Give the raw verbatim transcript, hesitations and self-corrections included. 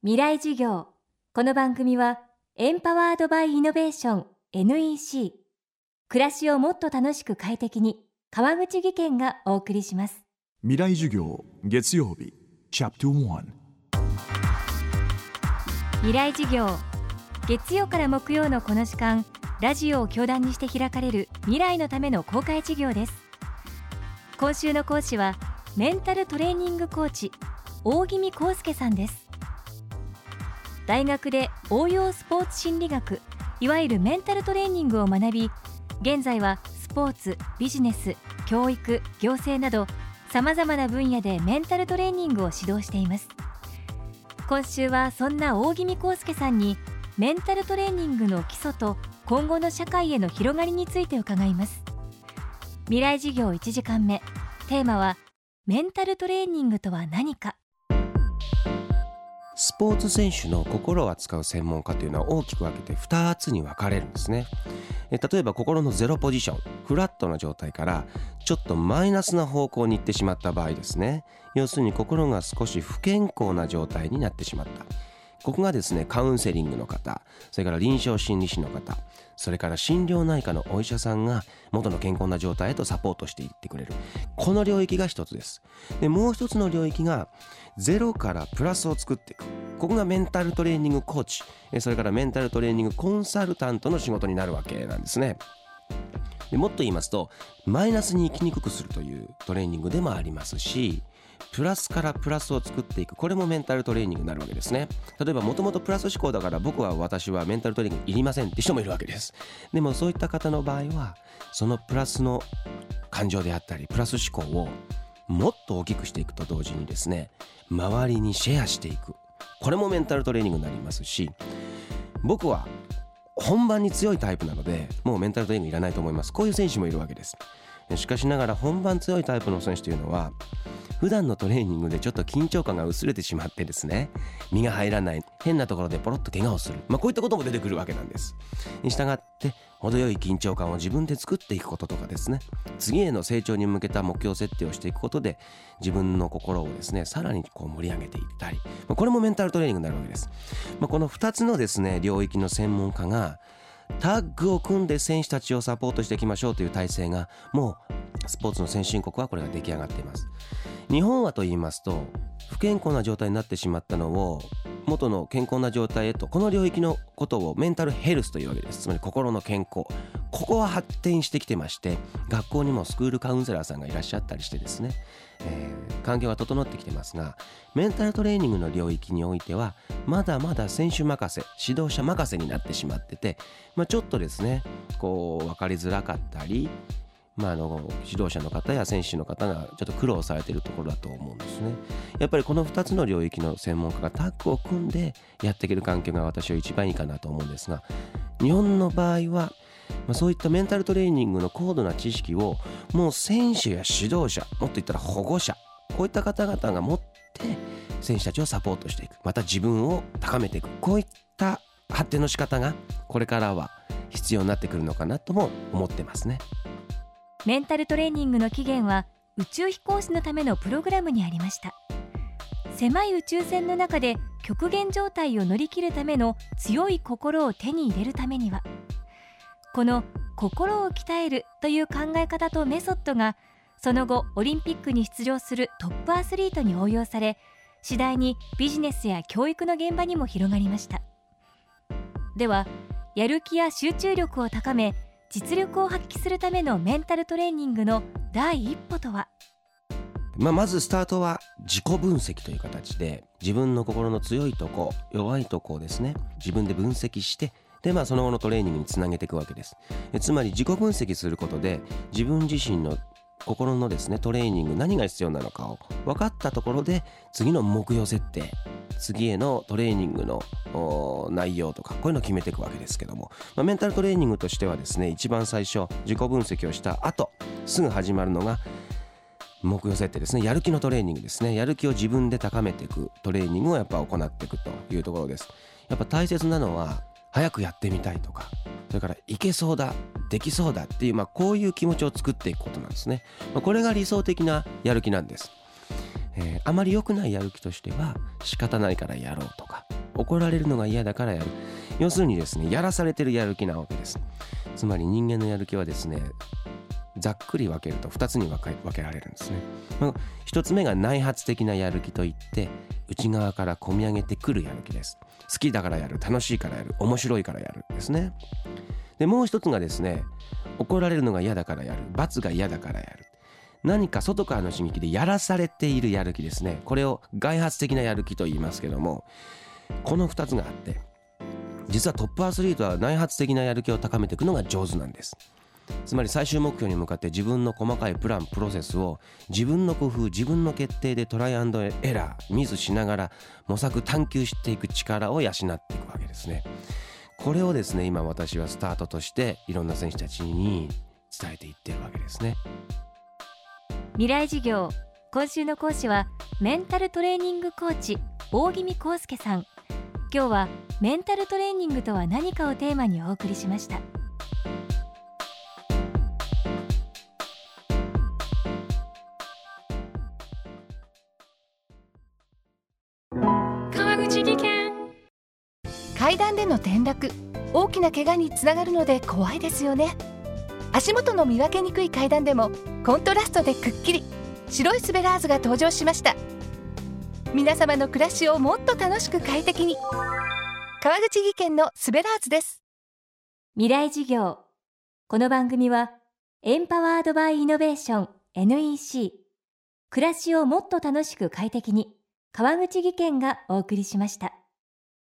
未来授業。この番組はエンパワードバイイノベーション エヌイーシー 暮らしをもっと楽しく快適に川口義賢がお送りします。 未来授業月曜日チャプターワン未来授業月曜から木曜のこの時間、ラジオを教壇にして開かれる未来のための公開授業です。今週の講師はメンタルトレーニングコーチ大宜味康介さんです。大学で応用スポーツ心理学、いわゆるメンタルトレーニングを学び、現在はスポーツ、ビジネス、教育、行政などさまざまな分野でメンタルトレーニングを指導しています。今週はそんな大宜味康介さんにメンタルトレーニングの基礎と今後の社会への広がりについて伺います。未来授業いちじかんめ、テーマはメンタルトレーニングとは何か。 スポーツ選手の心を扱う専門家というのは大きく分けてふたつに分かれるんですね。え例えば心のゼロポジション、フラットな状態からちょっとマイナスな方向に行ってしまった場合ですね。要するに心が少し不健康な状態になってしまった。ここがですね、カウンセリングの方、それから臨床心理士の方、それから心療内科のお医者さんが元の健康な状態へとサポートしていってくれる。この領域が一つです。で、もう一つの領域がゼロからプラスを作っていく。ここがメンタルトレーニングコーチ、それからメンタルトレーニングコンサルタントの仕事になるわけなんですね。でもっと言いますと、マイナスに生きにくくするというトレーニングでもありますし、プラスからプラスを作っていく、これもメンタルトレーニングになるわけですね。例えばもともとプラス思考だから僕は私はメンタルトレーニングいりませんって人もいるわけです。でもそういった方の場合はそのプラスの感情であったりプラス思考をもっと大きくしていくと同時にですね、周りにシェアしていく、これもメンタルトレーニングになりますし、僕は本番に強いタイプなのでもうメンタルトレーニングいらないと思います。こういう選手もいるわけです。しかしながら本番強いタイプの選手というのは普段のトレーニングでちょっと緊張感が薄れてしまってですね、身が入らない、変なところでポロッと怪我をする、まあ、こういったことも出てくるわけなんです。に従って程よい緊張感を自分で作っていくこととかですね、次への成長に向けた目標設定をしていくことで自分の心をですねさらにこう盛り上げていったり、まあ、これもメンタルトレーニングになるわけです。まあ、このふたつのですね領域の専門家がタッグを組んで選手たちをサポートしていきましょうという体制がもうスポーツの先進国はこれが出来上がっています。日本はと言いますと不健康な状態になってしまったのを元の健康な状態へと、この領域のことをメンタルヘルスというわけです。つまり心の健康、ここは発展してきてまして、学校にもスクールカウンセラーさんがいらっしゃったりしてですね、えー、環境は整ってきてますが、メンタルトレーニングの領域においてはまだまだ選手任せ、指導者任せになってしまってて、まあ、ちょっとですねこう分かりづらかったり、まあ、あの指導者の方や選手の方がちょっと苦労されているところだと思うんですね。やっぱりこのふたつの領域の専門家がタッグを組んでやっていける環境が私は一番いいかなと思うんですが、日本の場合は、まあ、そういったメンタルトレーニングの高度な知識をもう選手や指導者、もっと言ったら保護者、こういった方々が持って選手たちをサポートしていく、また自分を高めていく、こういった発展の仕方がこれからは必要になってくるのかなとも思ってますね。 メンタルトレーニングの起源は宇宙飛行士のためのプログラムにありました。狭い宇宙船の中で極限状態を乗り切るための強い心を手に入れるためには、この心を鍛えるという考え方とメソッドがその後オリンピックに出場するトップアスリートに応用され、次第にビジネスや教育の現場にも広がりました。では、やる気や集中力を高め実力を発揮するためのメンタルトレーニングの第一歩とは。 まあ、まずスタートは自己分析という形で、自分の心の強いとこ弱いとこをですね自分で分析して、で、まあ、その後のトレーニングにつなげていくわけです。えつまり自己分析することで自分自身の心のですねトレーニング、何が必要なのかを分かったところで次の目標設定、次へのトレーニングの内容とか、こういうのを決めていくわけですけども、まあ、メンタルトレーニングとしてはですね、一番最初自己分析をした後すぐ始まるのが目標設定ですね。やる気のトレーニングですね。やる気を自分で高めていくトレーニングをやっぱ行っていくというところです。やっぱ大切なのは早くやってみたいとか、それからいけそうだ、できそうだっていう、まあ、こういう気持ちを作っていくことなんですね。まあ、これが理想的なやる気なんです。えー、あまり良くないやる気としては仕方ないからやろうとか、 怒られるのが嫌だからやる。要するにですね、やらされてるやる気なわけです。つまり人間のやる気はですね、ざっくり分けるとふたつに分け、分けられるんですね。ひとつめが内発的なやる気といって、内側から込み上げてくるやる気です。好きだからやる、楽しいからやる、面白いからやるですね。でもう一つがですね、怒られるのが嫌だからやる、罰が嫌だからやる、何か外からの刺激でやらされているやる気ですね。これを外発的なやる気と言いますけども、このふたつがあって、実はトップアスリートは内発的なやる気を高めていくのが上手なんです。つまり最終目標に向かって自分の細かいプランプロセスを自分の工夫、自分の決定でトライアンドエラーミスしながら模索探求していく力を養っていくわけですね。これをですね、今私はスタートとしていろんな選手たちに伝えていってるわけですね。 未来授業、今週の講師はメンタルトレーニングコーチ大宜味康介さん。今日はメンタルトレーニングとは何かをテーマにお送りしました。 川口技研。階段での転落、大きな怪我につながるので怖いですよね。足元の見分けにくい階段でもコントラストでくっきり白いスベラーズが登場しました。皆様の暮らしをもっと楽しく快適に、川口技研のスベラーズです。 未来授業、この番組はエンパワードバイイノベーション エヌイーシー、 暮らしをもっと楽しく快適に、川口技研がお送りしました。